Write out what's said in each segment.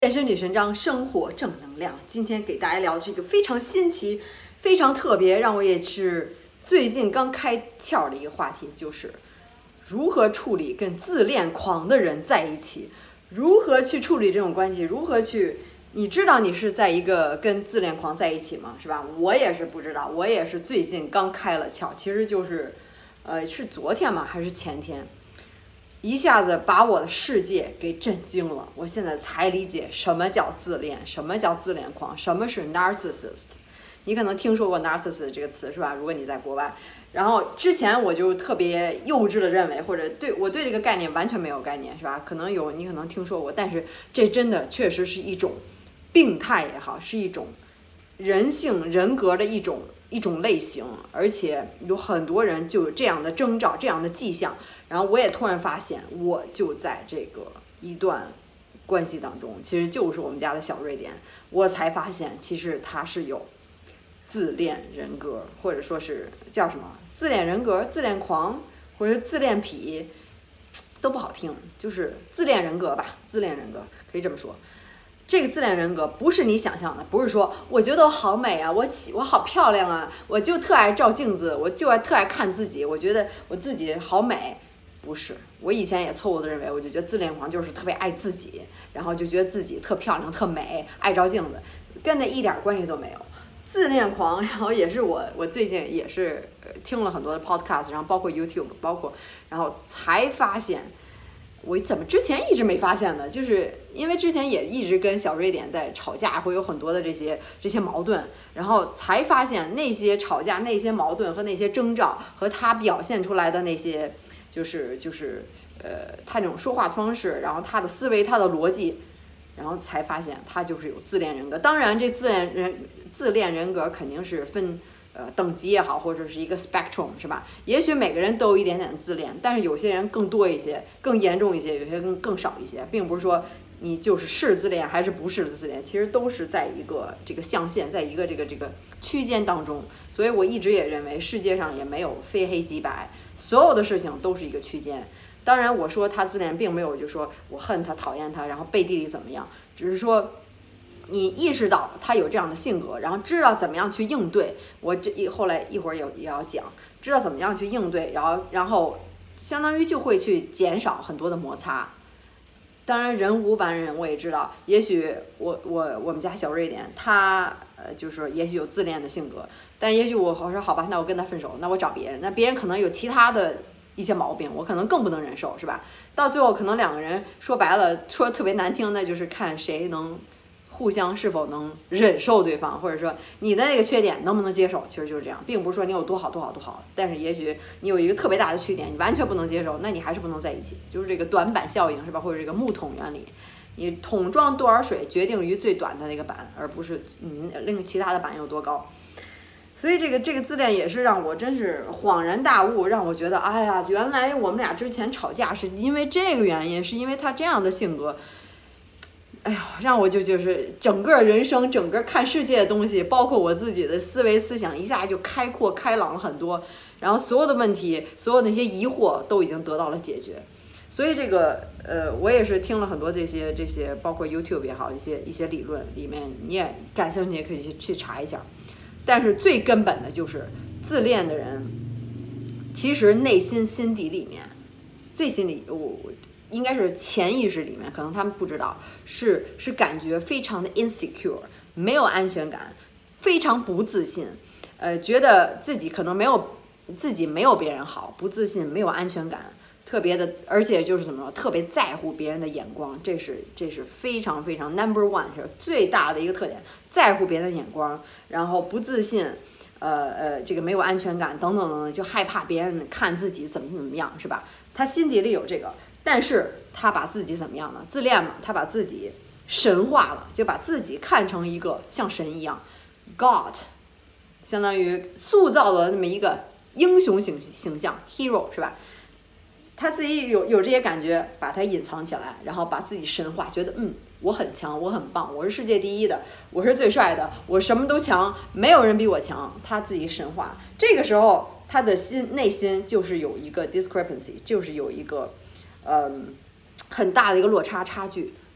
健身女神章，生活正能量。今天给大家聊这个非常新奇、非常特别，让我也是最近刚开窍的一个话题，就是如何处理跟自恋狂的人在一起，如何去处理这种关系，如何去，你知道你是在一个跟自恋狂在一起吗？是吧？我也是不知道，我也是最近刚开了窍，其实就是，是昨天吗？还是前天？一下子把我的世界给震惊了，我现在才理解什么叫自恋，什么叫自恋狂，什么是 narcissist。你可能听说过 narcissist 这个词是吧？如果你在国外，然后之前我就特别幼稚的认为，或者我对这个概念完全没有概念是吧？可能有，你可能听说过，但是这真的确实是一种病态也好，是一种人性人格的一种类型，而且有很多人就有这样的征兆，这样的迹象。然后我也突然发现，我就在这个一段关系当中，其实就是我们家的小瑞典，我才发现其实他是有自恋人格，或者说是叫什么自恋人格、自恋狂或者自恋癖，都不好听，就是自恋人格吧，自恋人格可以这么说。这个自恋人格不是你想象的，不是说我觉得我好美啊，我好漂亮啊，我就特爱照镜子，我就特爱看自己，我觉得我自己好美。不是，我以前也错误的认为，我就觉得自恋狂就是特别爱自己，然后就觉得自己特漂亮、特美，爱照镜子，跟那一点关系都没有。自恋狂，然后也是我最近也是听了很多的 podcast， 然后包括 YouTube， 然后才发现，我怎么之前一直没发现呢？就是因为之前也一直跟小瑞典在吵架，会有很多的这些矛盾，然后才发现那些吵架、那些矛盾和那些征兆和他表现出来的那些。他这种说话方式，然后他的思维，他的逻辑，然后才发现他就是有自恋人格。当然，这自恋人格肯定是分等级也好，或者是一个 spectrum 是吧？也许每个人都有一点点自恋，但是有些人更多一些，更严重一些，有些人更少一些，并不是说你是自恋还是不是自恋，其实都是在一个这个象限，在一个这个区间当中。所以我一直也认为世界上也没有非黑即白。所有的事情都是一个区间，当然我说他自恋并没有就说我恨他讨厌他，然后背地里怎么样，只是说你意识到他有这样的性格，然后知道怎么样去应对。我后来一会儿也要讲，知道怎么样去应对，然后相当于就会去减少很多的摩擦。当然人无完人，我也知道，也许我们家小瑞典他就是说也许有自恋的性格，但也许我说好吧，那我跟他分手，那我找别人，那别人可能有其他的一些毛病，我可能更不能忍受，是吧？到最后可能两个人说白了，说特别难听，那就是看谁能互相是否能忍受对方，或者说你的那个缺点能不能接受，其实就是这样，并不是说你有多好，但是也许你有一个特别大的缺点，你完全不能接受，那你还是不能在一起，就是这个短板效应是吧？或者这个木桶原理，你桶装多少水决定于最短的那个板，而不是另其他的板有多高。所以这个自恋也是让我真是恍然大悟，让我觉得哎呀，原来我们俩之前吵架是因为这个原因，是因为他这样的性格。哎呀，让我就是整个人生、整个看世界的东西，包括我自己的思维思想，一下就开阔开朗了很多。然后所有的问题、所有的那些疑惑都已经得到了解决。所以这个我也是听了很多这些，包括 YouTube 也好，一些理论里面，你也感兴趣也可以去查一下。但是最根本的就是自恋的人，其实内心心底里面，最心里应该是潜意识里面，可能他们不知道，是感觉非常的 insecure， 没有安全感，非常不自信，觉得自己可能没有别人好，不自信，没有安全感，特别的，而且就是怎么说，特别在乎别人的眼光，这是非常非常 number one， 是最大的一个特点，在乎别人的眼光，然后不自信，这个没有安全感等等等等，就害怕别人看自己怎么样，是吧？他心底里有这个。但是他把自己怎么样呢？自恋嘛，他把自己神化了，就把自己看成一个像神一样 ，God， 相当于塑造了那么一个英雄形象 ，hero 是吧？他自己有这些感觉，把它隐藏起来，然后把自己神化，觉得我很强，我很棒，我是世界第一的，我是最帅的，我什么都强，没有人比我强，他自己神化。这个时候，他的内心就是有一个 discrepancy， 就是有一个很大的一个差距，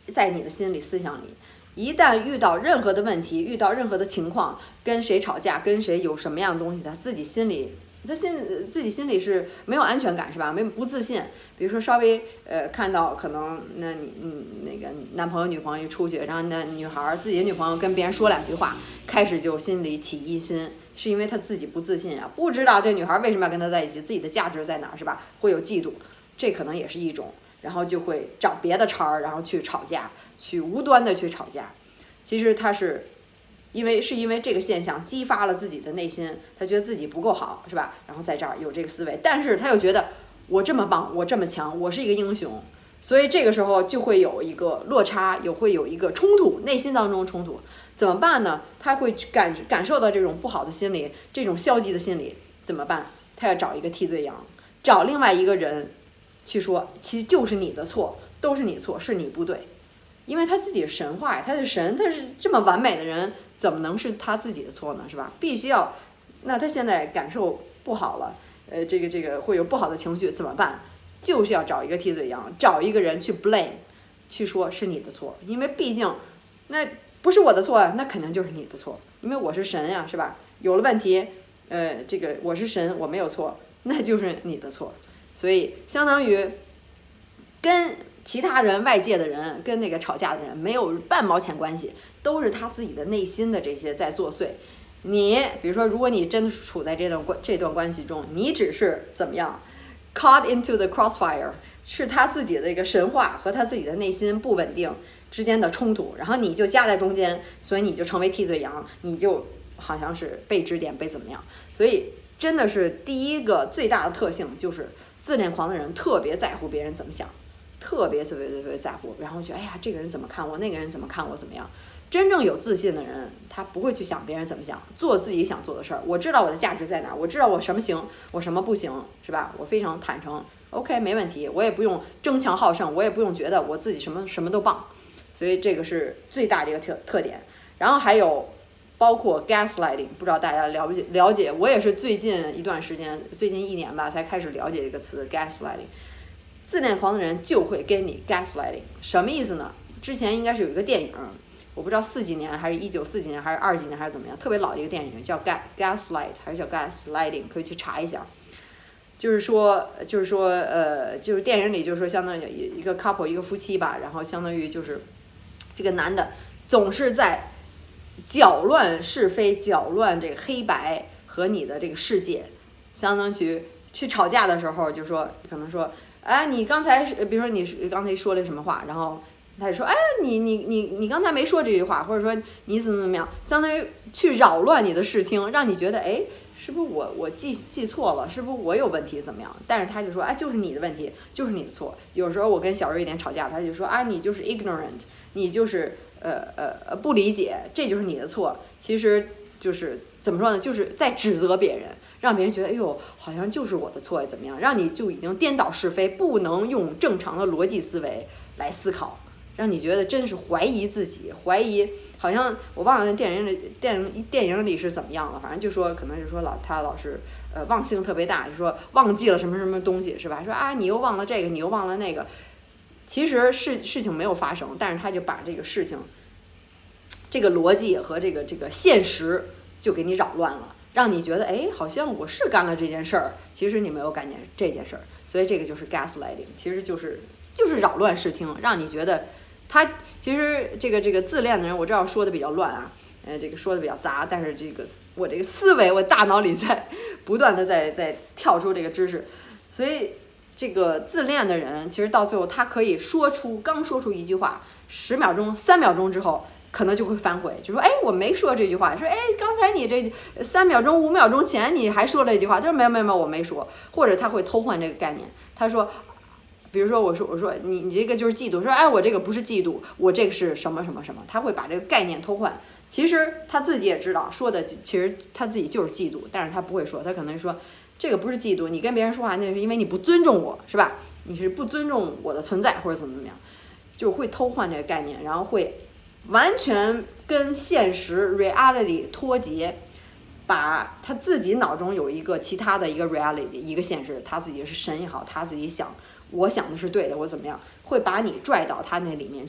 在你的心里思想里。一旦遇到任何的问题，遇到任何的情况，跟谁吵架，跟谁有什么样的东西，他自己心里是没有安全感，是吧？不自信。比如说稍微看到可能那你那个男朋友女朋友出去，然后那女孩自己的女朋友跟别人说2句话，开始就心里起疑心，是因为他自己不自信啊，不知道这女孩为什么要跟他在一起，自己的价值在哪，是吧？会有嫉妒，这可能也是一种，然后就会找别的茬儿，然后去吵架，去无端的去吵架。其实他是因为这个现象激发了自己的内心，他觉得自己不够好，是吧？然后在这儿有这个思维，但是他又觉得我这么棒，我这么强，我是一个英雄，所以这个时候就会有一个落差，会有一个冲突，内心当中冲突，怎么办呢？他会感受到这种不好的心理，这种消极的心理，怎么办？他要找一个替罪羊，找另外一个人去说，其实就是你的错，都是你错，是你不对。因为他自己是神话呀，他是神，他是这么完美的人，怎么能是他自己的错呢？是吧？必须要，那他现在感受不好了，这个会有不好的情绪，怎么办？就是要找一个替罪羊，找一个人去 blame， 去说是你的错，因为毕竟那不是我的错，那肯定就是你的错，因为我是神呀，是吧？有了问题，这个我是神，我没有错，那就是你的错，所以相当于跟其他人、外界的人跟那个吵架的人没有半毛钱关系，都是他自己的内心的这些在作祟。你比如说，如果你真的处在这段关系中，你只是怎么样 caught into the crossfire， 是他自己的一个神话和他自己的内心不稳定之间的冲突，然后你就夹在中间，所以你就成为替罪羊，你就好像是被指点被怎么样。所以真的是第一个最大的特性就是自恋狂的人特别在乎别人怎么想，特别在乎，然后觉得哎呀这个人怎么看我，那个人怎么看我，怎么样。真正有自信的人，他不会去想别人怎么想，做自己想做的事儿。我知道我的价值在哪，我知道我什么行，我什么不行，是吧？我非常坦诚 ，OK， 没问题。我也不用争强好胜，我也不用觉得我自己什么都棒。所以这个是最大的一个特点。然后还有包括 gaslighting， 不知道大家了解？我也是最近一段时间，最近1年吧，才开始了解这个词 gaslighting。自恋狂的人就会跟你 gaslighting， 什么意思呢？之前应该是有一个电影。我不知道40几年还是1940几年还是20几年还是怎么样，特别老的一个电影叫 Gaslight 还是叫 Gaslighting， 可以去查一下。就是说就是电影里就是说相当于一个 couple 一个夫妻吧，然后相当于就是这个男的总是在搅乱是非，搅乱这个黑白和你的这个世界，相当于去吵架的时候就说可能说哎你刚才比如说你刚才说了什么话，然后他就说哎你刚才没说这句话，或者说你怎么样，相当于去扰乱你的视听，让你觉得哎是不是我记错了，是不是我有问题怎么样？但是他就说哎就是你的问题，就是你的错。有时候我跟小瑞一点吵架，他就说啊你就是 ignorant， 你就是不理解，这就是你的错。其实就是怎么说呢，就是在指责别人，让别人觉得哎呦好像就是我的错怎么样，让你就已经颠倒是非，不能用正常的逻辑思维来思考，让你觉得真是怀疑自己，怀疑好像我忘了电影里是怎么样了，反正就说可能是说他老是忘性特别大，就说忘记了什么东西是吧？说啊你又忘了这个，你又忘了那个，其实事情没有发生，但是他就把这个事情这个逻辑和这个现实就给你扰乱了，让你觉得哎好像我是干了这件事儿，其实你没有干这件事儿。所以这个就是 gaslighting， 其实就是扰乱视听，让你觉得他其实这个自恋的人，我知道说的比较乱啊，这个说的比较杂，但是我这个思维，我大脑里在不断的在跳出这个知识，所以这个自恋的人其实到最后他可以刚说出一句话，10秒钟3秒钟之后可能就会反悔，就说哎我没说这句话，说哎刚才你这3秒钟5秒钟前你还说了一句话，他说没有我没说，或者他会偷换这个概念，他说比如说我说你这个就是嫉妒，说哎我这个不是嫉妒，我这个是什么什么什么，他会把这个概念偷换。其实他自己也知道说的其实他自己就是嫉妒，但是他不会说，他可能说这个不是嫉妒，你跟别人说话那是因为你不尊重我，是吧？你是不尊重我的存在或者怎么样，就会偷换这个概念，然后会完全跟现实 reality 脱节，把他自己脑中有一个其他的一个 reality 一个现实，他自己是神也好，他自己想我想的是对的，我怎么样，会把你拽到他那里面去，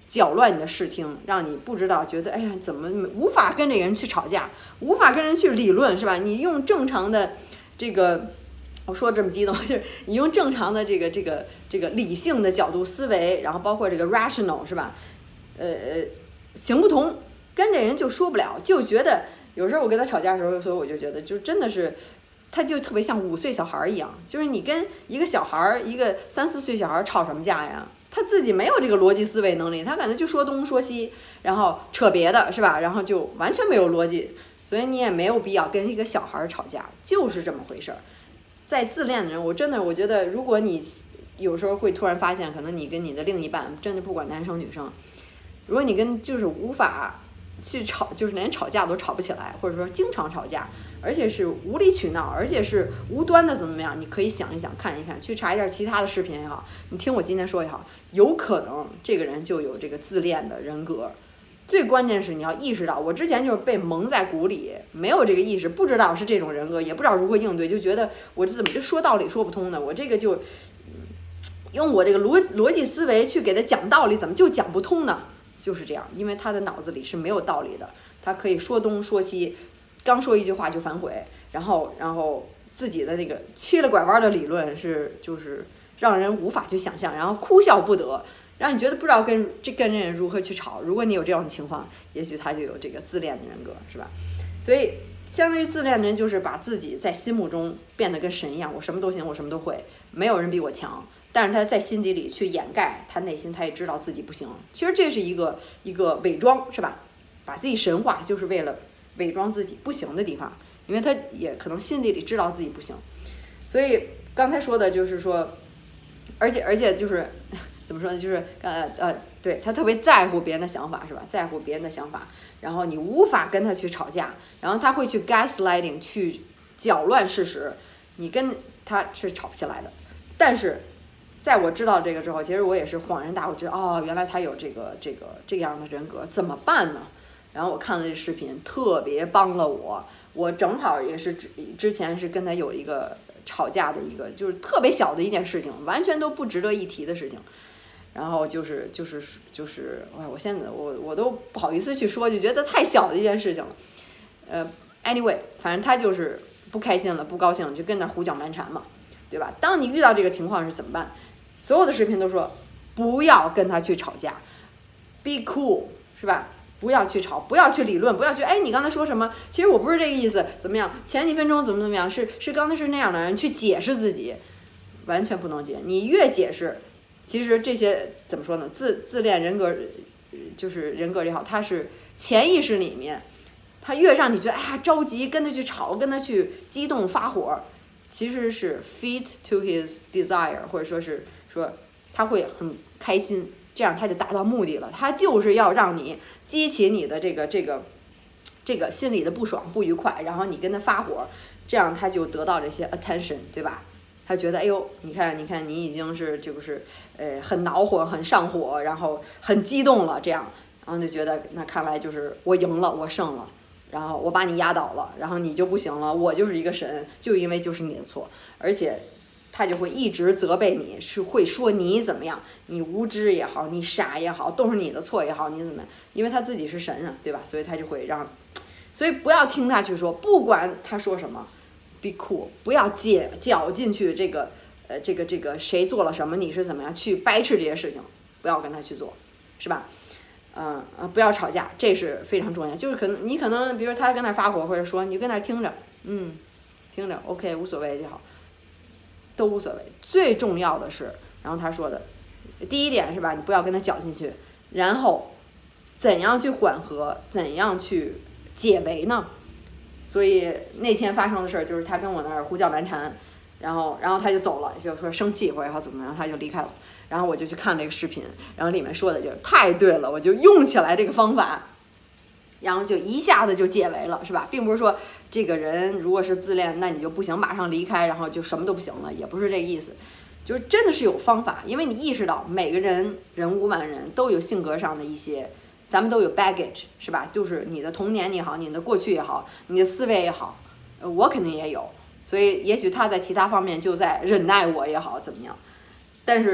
搅乱你的视听，让你不知道觉得哎呀怎么无法跟这个人去吵架，无法跟人去理论，是吧？你用正常的这个，我说这么激动，就是你用正常的这个理性的角度思维，然后包括这个 rational 是吧？行不通，跟这人就说不了，就觉得有时候我跟他吵架的时候，所以我就觉得就真的是。他就特别像5岁小孩一样，就是你跟一个小孩，一个3、4岁小孩吵什么架呀？他自己没有这个逻辑思维能力，他可能就说东说西，然后扯别的，是吧？然后就完全没有逻辑，所以你也没有必要跟一个小孩吵架，就是这么回事儿。在自恋的人，我觉得，如果你有时候会突然发现，可能你跟你的另一半，真的不管男生女生，如果你跟就是无法去吵，就是连吵架都吵不起来，或者说经常吵架。而且是无理取闹，而且是无端的怎么样？你可以想一想，看一看，去查一下其他的视频也好，你听我今天说也好，有可能这个人就有这个自恋的人格。最关键是你要意识到，我之前就是被蒙在鼓里，没有这个意识，不知道是这种人格，也不知道如何应对，就觉得我这怎么就说道理说不通呢？我这个就用我这个逻辑思维去给他讲道理，怎么就讲不通呢？就是这样，因为他的脑子里是没有道理的，他可以说东说西。刚说一句话就反悔，然后自己的那个曲了拐弯的理论就是让人无法去想象，然后哭笑不得，让你觉得不知道跟这人如何去吵。如果你有这样的情况，也许他就有这个自恋的人格，是吧？所以相当于自恋的人就是把自己在心目中变得跟神一样，我什么都行，我什么都会，没有人比我强。但是他在心底里去掩盖，他内心他也知道自己不行。其实这是一个伪装，是吧？把自己神化，就是为了伪装自己不行的地方，因为他也可能心底里知道自己不行。所以刚才说的就是说，而且就是怎么说呢？就是对，他特别在乎别人的想法，是吧？在乎别人的想法，然后你无法跟他去吵架，然后他会去 gaslighting 去搅乱事实，你跟他是吵不起来的。但是在我知道这个之后，其实我也是恍然大悟，觉得哦，原来他有这样的人格，怎么办呢？然后我看了这视频，特别帮了我。我正好也是之前是跟他有一个吵架的一个，就是特别小的一件事情，完全都不值得一提的事情。然后就是哇，我现在我都不好意思去说，就觉得太小的一件事情了。anyway， 反正他就是不开心了，不高兴，就跟那胡搅蛮缠嘛，对吧？当你遇到这个情况是怎么办？所有的视频都说不要跟他去吵架 ，be cool， 是吧？不要去吵，不要去理论，不要去你刚才说什么？其实我不是这个意思，怎么样？前几分钟怎么样？是刚才是那样的人去解释自己，完全不能解。你越解释，其实这些怎么说呢？自恋人格，就是人格也好，它是潜意识里面，它越让你觉得着急，跟他去吵，跟他去激动发火，其实是 feed to his desire， 或者说他会很开心。这样他就达到目的了，他就是要让你激起你的这个心里的不爽不愉快，然后你跟他发火，这样他就得到这些 attention， 对吧？他觉得哎呦，你看你已经是就是很恼火很上火，然后很激动了，这样，然后就觉得那看来就是我赢了，我胜了，然后我把你压倒了，然后你就不行了，我就是一个神，就因为就是你的错，而且他就会一直责备你，是会说你怎么样，你无知也好，你傻也好，都是你的错也好，你怎么样？因为他自己是神啊，对吧？所以他就会所以不要听他去说，不管他说什么 ，be cool， 不要搅进去这个谁做了什么，你是怎么样去掰扯这些事情，不要跟他去做，是吧？不要吵架，这是非常重要。就是你可能，比如他跟那发火，或者说你就跟那听着，听着 ，OK， 无所谓就好。都无所谓，最重要的是，然后他说的，第一点是吧，你不要跟他搅进去，然后怎样去缓和，怎样去解围呢？所以那天发生的事儿就是他跟我那儿胡搅蛮缠，然后他就走了，就说生气或者怎么样，他就离开了。然后我就去看这个视频，然后里面说的就太对了，我就用起来这个方法。然后就一下子就解围了，是吧？并不是说这个人如果是自恋，那你就不行，马上离开，然后就什么都不行了，也不是这个意思。就是真的是有方法，因为你意识到每个人人无完人，都有性格上的一些，咱们都有 baggage， 是吧？就是你的童年也好，你的过去也好，你的思维也好，我肯定也有，所以也许他在其他方面就在忍耐我也好，怎么样？但是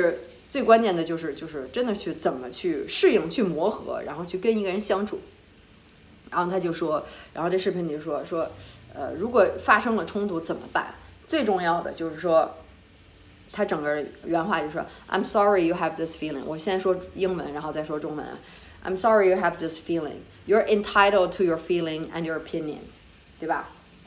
最关键的就是真的去怎么去适应、去磨合，然后去跟一个人相处。然后他就说，然后这视频里说，如果发生了冲突怎么办？最重要的就是说，他整个原话就说 I'm sorry you have this feeling。我先说英文，然后再说中文。I'm sorry you have this feeling. You're entitled to your feeling and your opinion， 对吧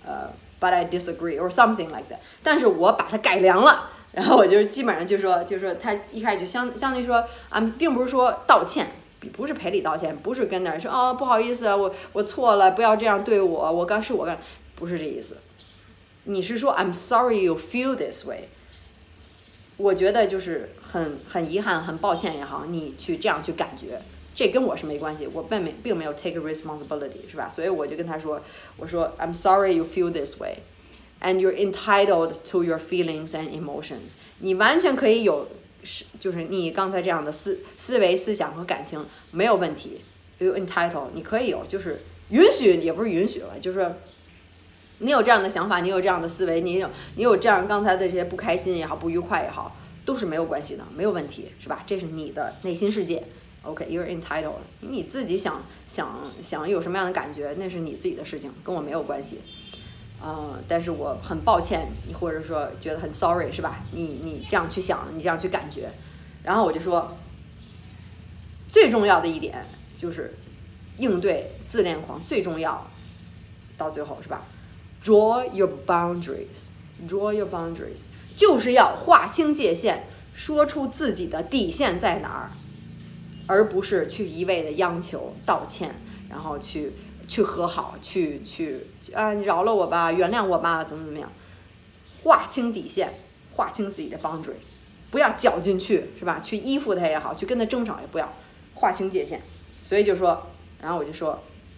？But I disagree or something like that。但是我把它改良了。然后我就基本上就说他一开始就相当于说并不是说道歉，不是赔礼道歉，不是跟那儿说哦不好意思啊，我错了，不要这样对我，我刚是我干，不是这意思。你是说 I'm sorry you feel this way。我觉得就是很遗憾，很抱歉也好，你去这样去感觉，这跟我是没关系，我并没有 take responsibility， 是吧？所以我就跟他说，我说 I'm sorry you feel this way。And you're entitled to your feelings and emotions。你完全可以有，就是你刚才这样的思维、思想和感情没有问题。You entitled， 你可以有，就是允许也不是允许了，就是你有这样的想法，你有这样的思维，你有这样刚才的这些不开心也好、不愉快也好，都是没有关系的，没有问题，是吧？这是你的内心世界。OK，you're entitled。你自己想有什么样的感觉，那是你自己的事情，跟我没有关系。但是我很抱歉，你或者说觉得很 sorry， 是吧？你这样去想，你这样去感觉，然后我就说，最重要的一点就是应对自恋狂最重要，到最后是吧 ？Draw your boundaries，draw your boundaries， 就是要划清界限，说出自己的底线在哪儿，而不是去一味的央求、道歉，然后去和好，去你饶了我吧，原谅我吧，怎么样？划清底线，划清自己的 boundary， 不要搅进去，是吧？去依附他也好，去跟他争吵也不要，划清界限。所以就说，然后我就说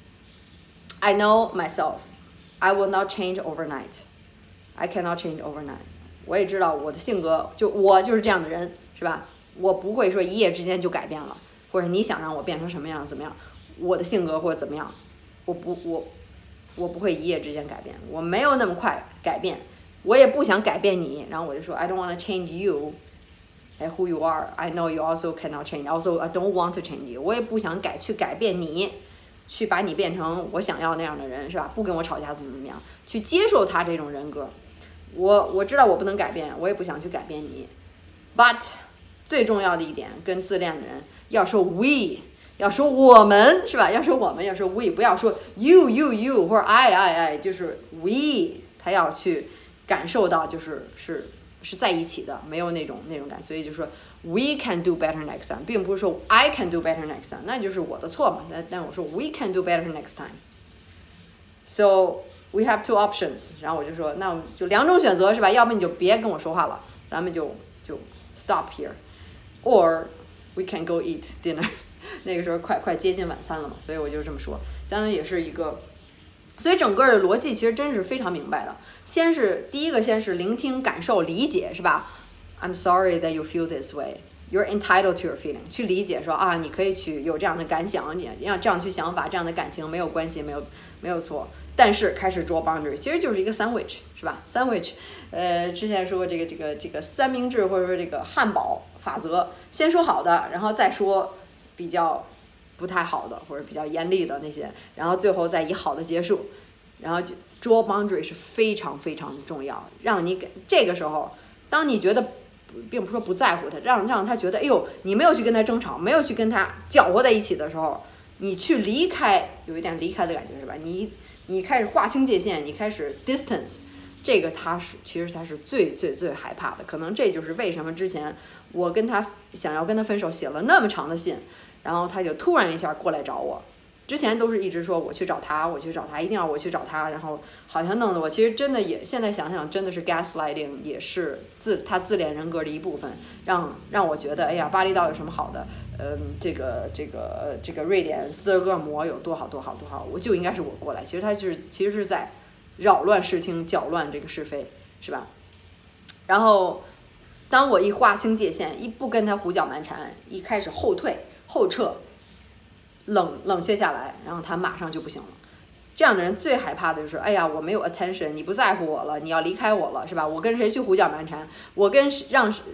I know myself, I will not change overnight. I cannot change overnight. 我也知道我的性格，我就是这样的人，是吧？我不会说一夜之间就改变了，或者你想让我变成什么样怎么样，我的性格或者怎么样。我不会一夜之间改变，我没有那么快改变，我也不想改变你。然后我就说 I don't want to change you, who you are. I know you also cannot change. Also, I don't want to change you. 我也不想去改变你，去把你变成我想要那样的人，是吧？不跟我吵架怎么样？去接受他这种人格。我知道我不能改变，我也不想去改变你。But 最重要的一点，跟自恋的人要说 we。要说我们，是吧？要说我们，要说 we， 不要说 you 或者 I， 就是 we。他要去感受到，是在一起的，没有那种感。所以就说 we can do better next time， 并不是说 I can do better next time， 那就是我的错嘛。但我说 we can do better next time。So we have two options。然后我就说，那我们就两种选择，是吧？要不你就别跟我说话了，咱们就 stop here，or we can go eat dinner。那个时候快接近晚餐了嘛，所以我就这么说，相当于也是一个，所以整个的逻辑其实真是非常明白的。第一个先是聆听、感受、理解，是吧 ？I'm sorry that you feel this way. You're entitled to your feeling. 去理解说你可以去有这样的感想，你要这样去想法，这样的感情没有关系，没有错。但是开始 draw boundary， 其实就是一个 sandwich， 是吧 ？sandwich， 之前说过这个三明治或者说这个汉堡法则，先说好的，然后再说比较不太好的或者比较严厉的那些，然后最后再以好的结束。然后就 draw boundary 是非常非常重要，让你这个时候，当你觉得并不是说不在乎他，让他觉得哎呦你没有去跟他争吵，没有去跟他搅和在一起的时候，你去离开，有一点离开的感觉，是吧？你开始划清界限，你开始 distance， 这个其实他是最最最害怕的。可能这就是为什么之前我想要跟他分手，写了那么长的信，然后他就突然一下过来找我。之前都是一直说我去找他，一定要我去找他，然后好像弄得我其实真的也现在想想真的是 gaslighting， 也是他自恋人格的一部分，让我觉得哎呀巴厘岛有什么好的，这个瑞典斯德哥尔摩有多好，我就应该是我过来，其实是在扰乱视听，搅乱这个是非，是吧？然后当我一划清界限，一不跟他胡搅蛮缠，一开始后撤。冷却下来，然后他马上就不行了。这样的人最害怕的就是，哎呀，我没有 attention， 你不在乎我了，你要离开我了，是吧？我跟谁去胡搅蛮缠，我跟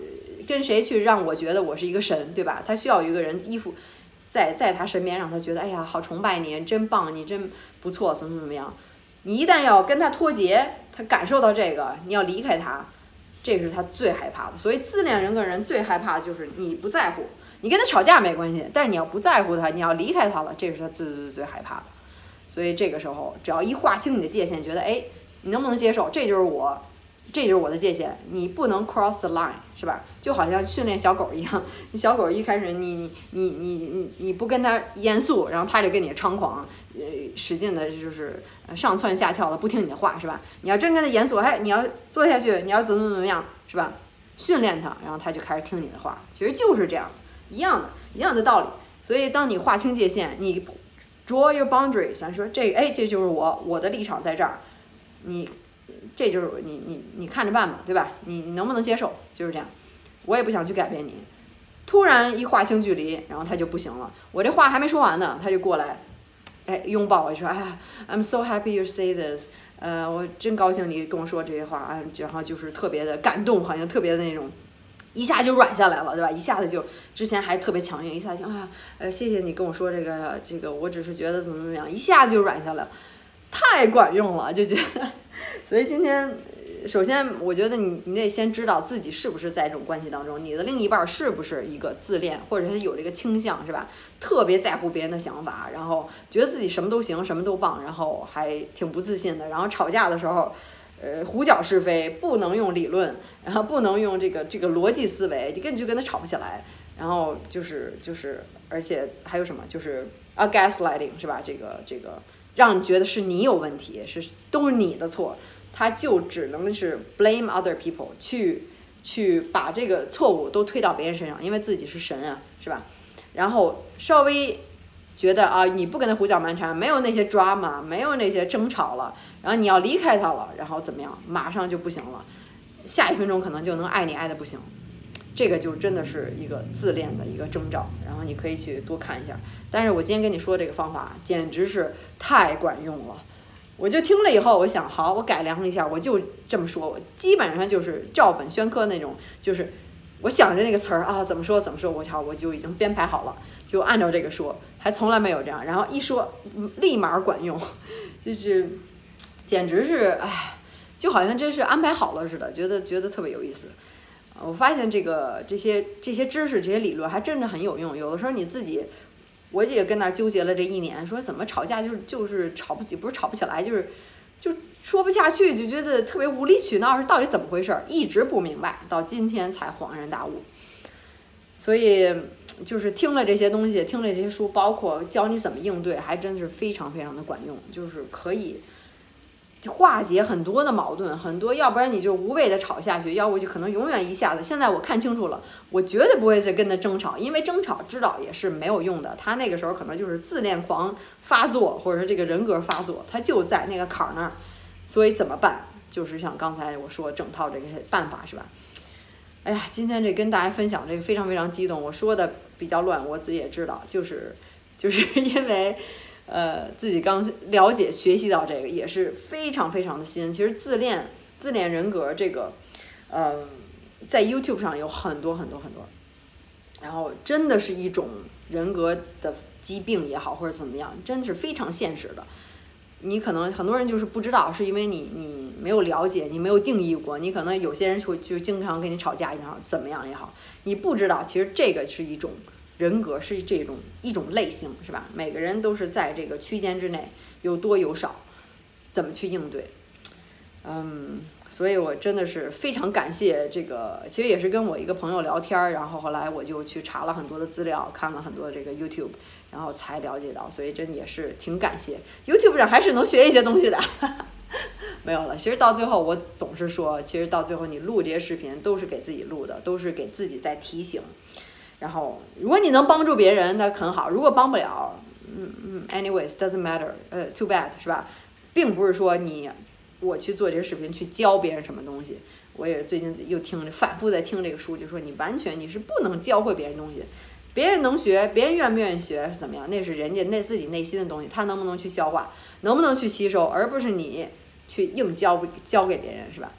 跟谁去让我觉得我是一个神，对吧？他需要有一个人依附在他身边，让他觉得哎呀好崇拜你，真棒，你真不错，怎么样。你一旦要跟他脱节，他感受到这个，你要离开他，这是他最害怕的。所以自恋人格人最害怕就是你不在乎，你跟他吵架没关系，但是你要不在乎他，你要离开他了，这是他最害怕的。所以这个时候只要一划清你的界限，觉得哎，你能不能接受，这就是我的界限，你不能 cross the line， 是吧？就好像训练小狗一样，你小狗一开始你不跟它严肃，然后它就跟你猖狂，使劲的就是上蹿下跳的，不听你的话，是吧？你要真跟它严肃，哎，你要做下去，你要怎么样，是吧？训练它，然后它就开始听你的话，其实就是这样，一样的道理。所以当你划清界限，你 draw your boundaries， 咱说这就是我的立场在这儿，这就是你看着办吧，对吧？你能不能接受？就是这样，我也不想去改变你。突然一划清距离，然后他就不行了。我这话还没说完呢，他就过来，哎，拥抱我说，哎呀 ，I'm so happy you say this， 我真高兴你跟我说这些话啊，然后就是特别的感动，好像特别的那种，一下就软下来了，对吧？一下子就之前还特别强硬，一下就谢谢你跟我说这个，我只是觉得怎么样，一下就软下来了，太管用了，就觉得。所以今天，首先我觉得你得先知道自己是不是在这种关系当中，你的另一半是不是一个自恋，或者他有这个倾向，是吧？特别在乎别人的想法，然后觉得自己什么都行，什么都棒，然后还挺不自信的，然后吵架的时候，胡搅是非，不能用理论，然后不能用这个逻辑思维，就跟他吵不起来，然后就是，而且还有什么，就是gaslighting， 是吧？这个让你觉得是你有问题，都是你的错。他就只能是 blame other people， 去把这个错误都推到别人身上，因为自己是神啊，是吧？然后稍微觉得啊，你不跟他胡搅蛮缠，没有那些 drama， 没有那些争吵了，然后你要离开他了，然后怎么样，马上就不行了，下一分钟可能就能爱你爱的不行。这个就真的是一个自恋的一个征兆，然后你可以去多看一下。但是我今天跟你说这个方法简直是太管用了，我就听了以后，我想好，我改良了一下，我就这么说，我基本上就是照本宣科那种，就是我想着那个词儿啊，怎么说，我就已经编排好了，就按照这个说，还从来没有这样，然后一说立马管用，就是简直是哎，就好像真是安排好了似的，觉得特别有意思。我发现这些知识，这些理论还真的很有用。有的时候你自己，我也跟那纠结了这一年，说怎么吵架就是不是吵不起来，就说不下去，就觉得特别无理取闹，是到底怎么回事？一直不明白，到今天才恍然大悟。所以就是听了这些东西，听了这些书，包括教你怎么应对，还真是非常非常的管用，就是可以化解很多的矛盾，很多，要不然你就无谓的吵下去，要不就可能永远一下子。现在我看清楚了，我绝对不会再跟他争吵，因为争吵知道也是没有用的。他那个时候可能就是自恋狂发作，或者是这个人格发作，他就在那个坎儿那儿。所以怎么办？就是像刚才我说整套这个办法，是吧？哎呀，今天这跟大家分享这个非常非常激动，我说的比较乱，我自己也知道，就是因为。自己刚了解学习到这个也是非常非常的新。其实自恋人格这个，在 YouTube 上有很多，然后真的是一种人格的疾病也好，或者怎么样，真的是非常现实的。你可能很多人就是不知道，是因为你没有了解，你没有定义过。你可能有些人就经常跟你吵架也好，怎么样也好，你不知道，其实这个是一种。人格是一种类型，是吧？每个人都是在这个区间之内，有多有少，怎么去应对？所以我真的是非常感谢这个，其实也是跟我一个朋友聊天，然后后来我就去查了很多的资料，看了很多这个 YouTube， 然后才了解到，所以真也是挺感谢 YouTube 上还是能学一些东西的。没有了，其实到最后我总是说，其实到最后你录这些视频都是给自己录的，都是给自己在提醒。然后，如果你能帮助别人，那很好；如果帮不了，anyways doesn't matter， too bad， 是吧？并不是说我去做这个视频去教别人什么东西。我也最近又反复在听这个书，就说你是不能教会别人东西，别人能学，别人愿不愿意学是怎么样，那是人家自己内心的东西，他能不能去消化，能不能去吸收，而不是你去硬教给别人，是吧？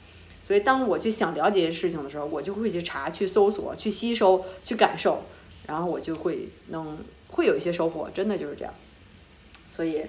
所以当我去想了解事情的时候，我就会去查、去搜索、去吸收、去感受，然后我就会有一些收获，真的就是这样。所以，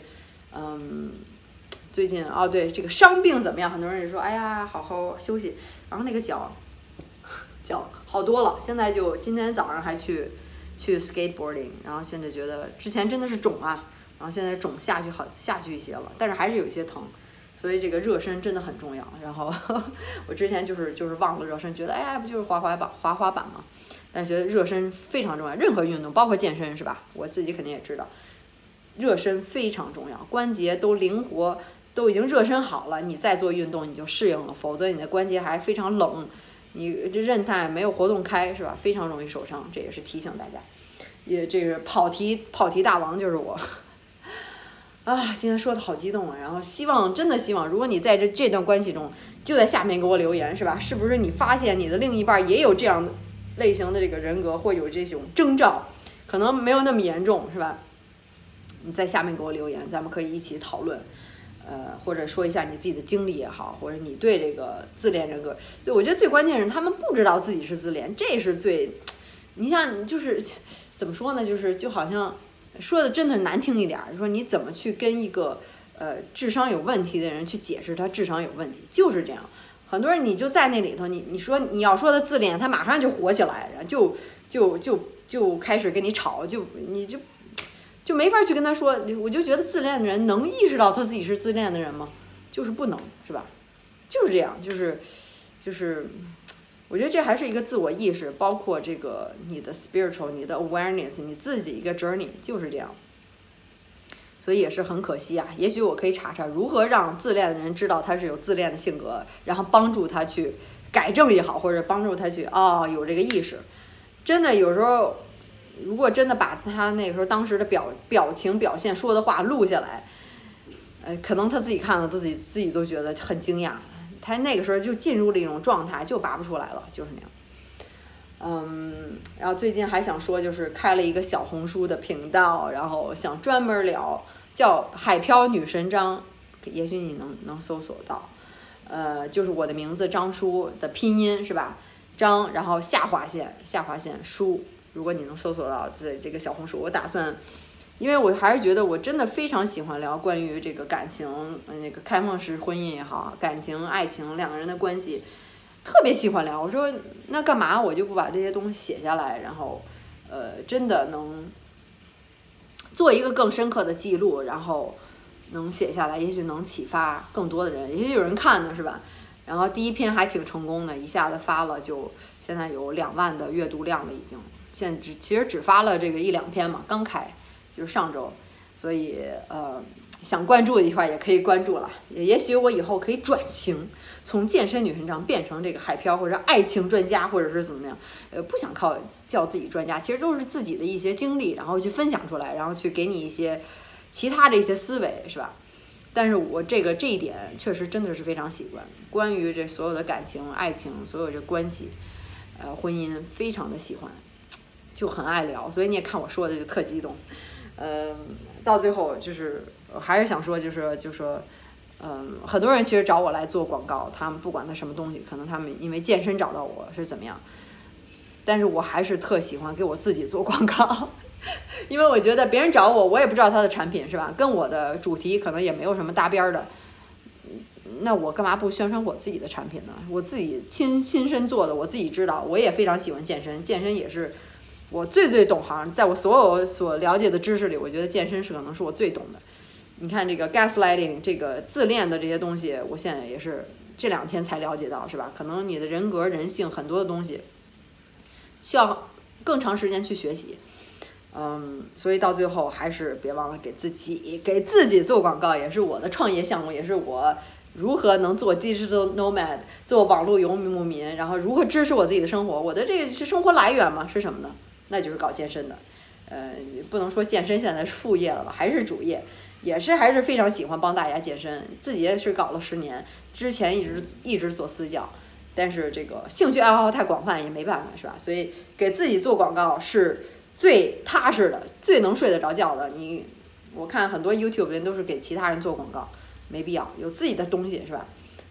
最近对这个伤病怎么样？很多人也说，哎呀，好好休息。然后那个脚好多了，现在就今天早上还去 skateboarding， 然后现在觉得之前真的是肿啊，然后现在肿下去一些了，但是还是有一些疼。所以这个热身真的很重要。然后我之前就是忘了热身，觉得哎呀不就是滑滑板嘛，但觉得热身非常重要。任何运动，包括健身是吧？我自己肯定也知道，热身非常重要。关节都灵活，都已经热身好了，你再做运动你就适应了，否则你的关节还非常冷，你这韧带没有活动开是吧？非常容易受伤。这也是提醒大家。也这个跑题大王就是我。今天说的好激动啊！然后真的希望，如果你在这段关系中，就在下面给我留言，是吧？是不是你发现你的另一半也有这样类型的这个人格，或有这种征兆，可能没有那么严重，是吧？你在下面给我留言，咱们可以一起讨论，或者说一下你自己的经历也好，或者你对这个自恋人格。所以我觉得最关键是他们不知道自己是自恋，这是你像就是怎么说呢？就好像。说的真的难听一点，说你怎么去跟一个智商有问题的人去解释他智商有问题，就是这样。很多人你就在那里头，你说你要说他自恋，他马上就火起来，然后就开始跟你吵，你就没法去跟他说。我就觉得自恋的人能意识到他自己是自恋的人吗？就是不能，是吧？就是这样，就是我觉得这还是一个自我意识，包括这个你的 spiritual， 你的 awareness， 你自己一个 journey， 就是这样。所以也是很可惜啊。也许我可以查查如何让自恋的人知道他是有自恋的性格，然后帮助他去改正也好，或者帮助他去有这个意识。真的有时候，如果真的把他那个时候当时的表情表现说的话录下来，可能他自己看了自己都觉得很惊讶。他那个时候就进入了一种状态，就拔不出来了，就是那样。然后最近还想说，就是开了一个小红书的频道，然后想专门聊，叫海漂女神张，也许你能搜索到。就是我的名字张舒的拼音是吧？张，然后下划线舒。如果你能搜索到这个小红书，我打算。因为我还是觉得我真的非常喜欢聊关于这个感情，那个开放式婚姻也好，感情、爱情两个人的关系，特别喜欢聊。我说那干嘛我就不把这些东西写下来，然后真的能做一个更深刻的记录，然后能写下来，也许能启发更多的人，也许有人看呢，是吧？然后第一篇还挺成功的，一下子发了，就现在有2万的阅读量了，已经。现在其实只发了这个1-2篇嘛，刚开。就是上周，所以想关注的一块也可以关注了。也许我以后可以转型，从健身女神张变成这个海漂或者爱情专家，或者是怎么样。不想靠叫自己专家，其实都是自己的一些经历，然后去分享出来，然后去给你一些其他的一些思维，是吧？但是我这一点确实真的是非常喜欢，关于这所有的感情、爱情，所有这关系，婚姻，非常的喜欢，就很爱聊。所以你也看我说的就特激动。到最后就是还是想说，就说，很多人其实找我来做广告，他们不管他什么东西，可能他们因为健身找到我是怎么样，但是我还是特喜欢给我自己做广告，因为我觉得别人找我，我也不知道他的产品是吧，跟我的主题可能也没有什么搭边的，那我干嘛不宣传我自己的产品呢？我自己亲身做的，我自己知道，我也非常喜欢健身，健身也是。我最懂行，在我所了解的知识里，我觉得健身是可能是我最懂的。你看这个 gaslighting 这个自恋的这些东西，我现在也是这2天才了解到，是吧？可能你的人格、人性很多的东西需要更长时间去学习。所以到最后还是别忘了给自己做广告，也是我的创业项目，也是我如何能做 digital nomad， 做网络游牧民，然后如何支持我自己的生活。我的这个是生活来源嘛？是什么呢？那就是搞健身的，不能说健身现在是副业了吧，还是主业，还是非常喜欢帮大家健身，自己也是搞了10年，之前一直做私教，但是这个兴趣爱好太广泛也没办法，是吧？所以给自己做广告是最踏实的，最能睡得着觉的。我看很多 YouTube 人都是给其他人做广告，没必要，有自己的东西，是吧？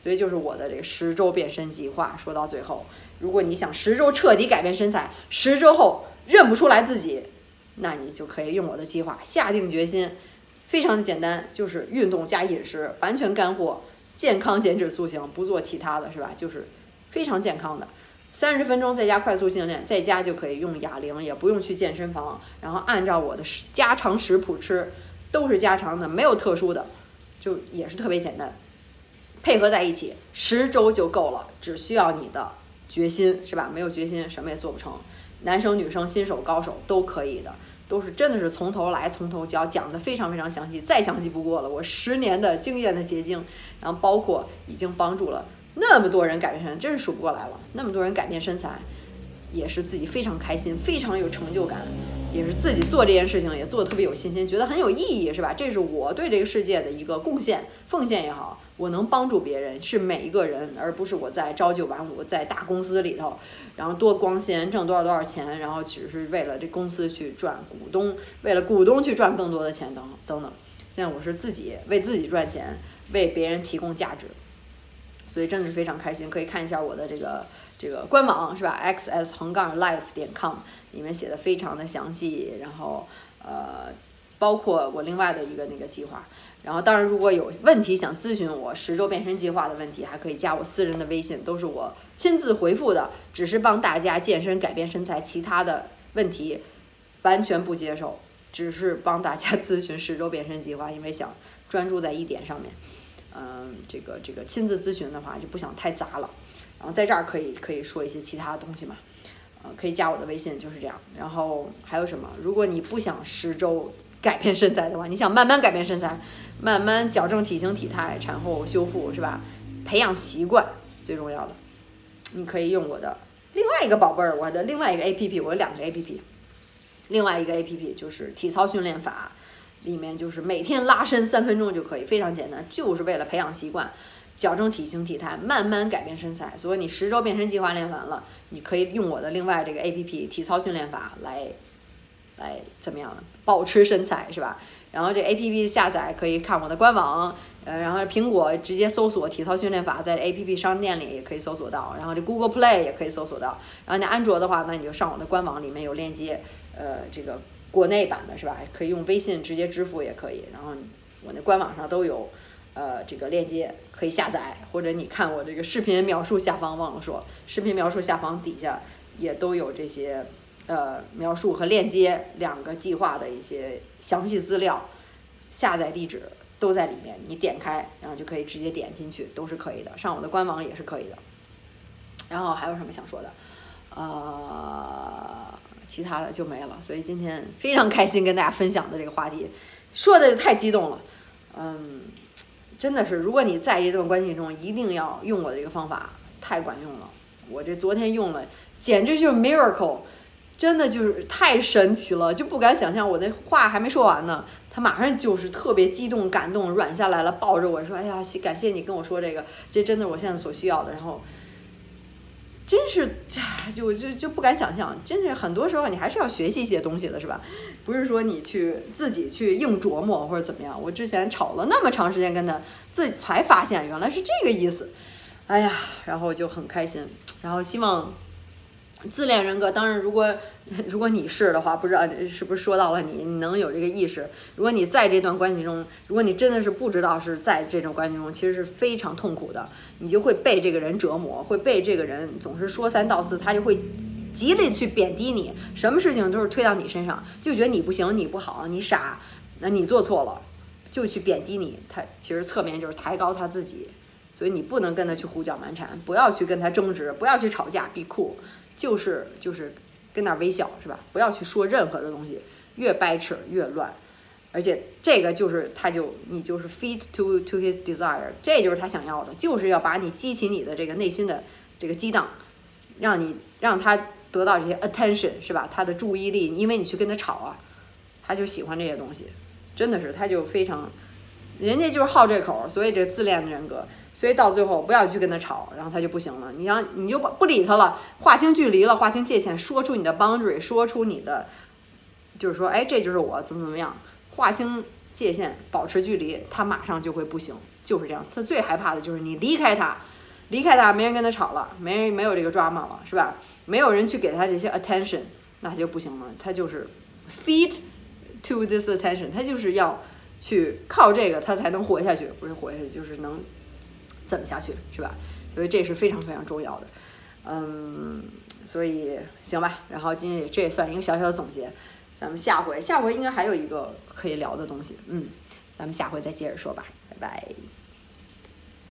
所以就是我的这个10周变身计划。说到最后，如果你想10周彻底改变身材，10周后认不出来自己，那你就可以用我的计划，下定决心，非常的简单，就是运动加饮食，完全干货，健康减脂塑形，不做其他的，是吧？就是非常健康的，30分钟在家快速训练，在家就可以用哑铃，也不用去健身房，然后按照我的家常食谱吃，都是家常的，没有特殊的，就也是特别简单，配合在一起，10周就够了，只需要你的决心，是吧？没有决心什么也做不成，男生女生新手高手都可以的，都是真的是从头来从头教，讲的非常非常详细，再详细不过了，我10年的经验的结晶，然后包括已经帮助了那么多人改变身材，真是数不过来了，那么多人改变身材，也是自己非常开心，非常有成就感，也是自己做这件事情也做得特别有信心，觉得很有意义，是吧？这是我对这个世界的一个贡献，奉献也好，我能帮助别人，是每一个人，而不是我在朝9晚5在大公司里头，然后多光鲜，挣多少钱，然后只是为了这公司去赚股东，为了股东去赚更多的钱等等。现在我是自己为自己赚钱，为别人提供价值，所以真的是非常开心。可以看一下我的这个官网，是吧 xs-life.com 里面写的非常的详细，然后包括我另外的一个那个计划。然后当然如果有问题想咨询我10周变身计划的问题，还可以加我私人的微信，都是我亲自回复的，只是帮大家健身改变身材，其他的问题完全不接受，只是帮大家咨询10周变身计划，因为想专注在一点上面。这个亲自咨询的话就不想太杂了，然后在这儿可以说一些其他的东西嘛，可以加我的微信，就是这样。然后还有什么？如果你不想10周改变身材的话，你想慢慢改变身材，慢慢矫正体型体态，产后修复，是吧？培养习惯最重要的，你可以用我的另外一个宝贝儿，我的另外一个 APP， 我有2个 APP， 另外一个 APP 就是体操训练法。里面就是每天拉伸3分钟就可以，非常简单，就是为了培养习惯，矫正体型体态，慢慢改变身材。所以你10周变身计划练完了，你可以用我的另外这个 APP 体操训练法来怎么样呢？保持身材，是吧？然后这 APP 下载可以看我的官网，然后苹果直接搜索体操训练法，在 APP 商店里也可以搜索到，然后这 Google Play 也可以搜索到。然后你安卓的话，那你就上我的官网，里面有链接，这个国内版的是吧？可以用微信直接支付也可以，然后我那官网上都有，这个链接可以下载，或者你看我这个视频描述下方，忘了说，视频描述下方底下也都有这些描述和链接2个计划的一些详细资料，下载地址都在里面，你点开，然后就可以直接点进去，都是可以的。上我的官网也是可以的。然后还有什么想说的？其他的就没了，所以今天非常开心跟大家分享的这个话题，说的太激动了，真的是，如果你在这段关系中，一定要用我的这个方法，太管用了。我这昨天用了，简直就是 miracle， 真的就是太神奇了，就不敢想象。我的话还没说完呢，他马上就是特别激动、感动，软下来了，抱着我说：“哎呀，感谢你跟我说这个，这真的是我现在所需要的。”然后。真是，就不敢想象，真是很多时候你还是要学习一些东西的，是吧？不是说你自己去硬琢磨或者怎么样。我之前吵了那么长时间跟他，自己才发现原来是这个意思。哎呀，然后就很开心，然后希望自恋人格，当然如果你是的话，不知道是不是说到了你能有这个意识。如果你在这段关系中，如果你真的是不知道是在这种关系中，其实是非常痛苦的，你就会被这个人折磨，会被这个人总是说3道4，他就会极力去贬低你，什么事情都是推到你身上，就觉得你不行，你不好，你傻，那你做错了，就去贬低你。他其实侧面就是抬高他自己，所以你不能跟他去胡搅蛮缠，不要去跟他争执，不要去吵架， be cool， 就是跟那微笑，是吧？不要去说任何的东西，越掰扯越乱。而且这个就是你就是 feed to his desire， 这就是他想要的，就是要把你激起你的这个内心的这个激荡，让他得到这些 attention， 是吧？他的注意力，因为你去跟他吵啊，他就喜欢这些东西，真的是他就非常，人家就是好这口，所以这自恋的人格。所以到最后不要去跟他吵，然后他就不行了。你就不理他了，划清距离了，划清界限，说出你的 boundary， 说出你的，就是说，哎，这就是我怎么样，划清界限，保持距离，他马上就会不行，就是这样。他最害怕的就是你离开他，没人跟他吵了，没有这个 drama 了，是吧？没有人去给他这些 attention， 那就不行了。他就是 feed to this attention， 他就是要去靠这个他才能活下去，不是活下去就是能怎么下去，是吧？所以这是非常非常重要的。所以行吧，然后今天这也算一个小小的总结。咱们下回应该还有一个可以聊的东西，咱们下回再接着说吧，拜拜。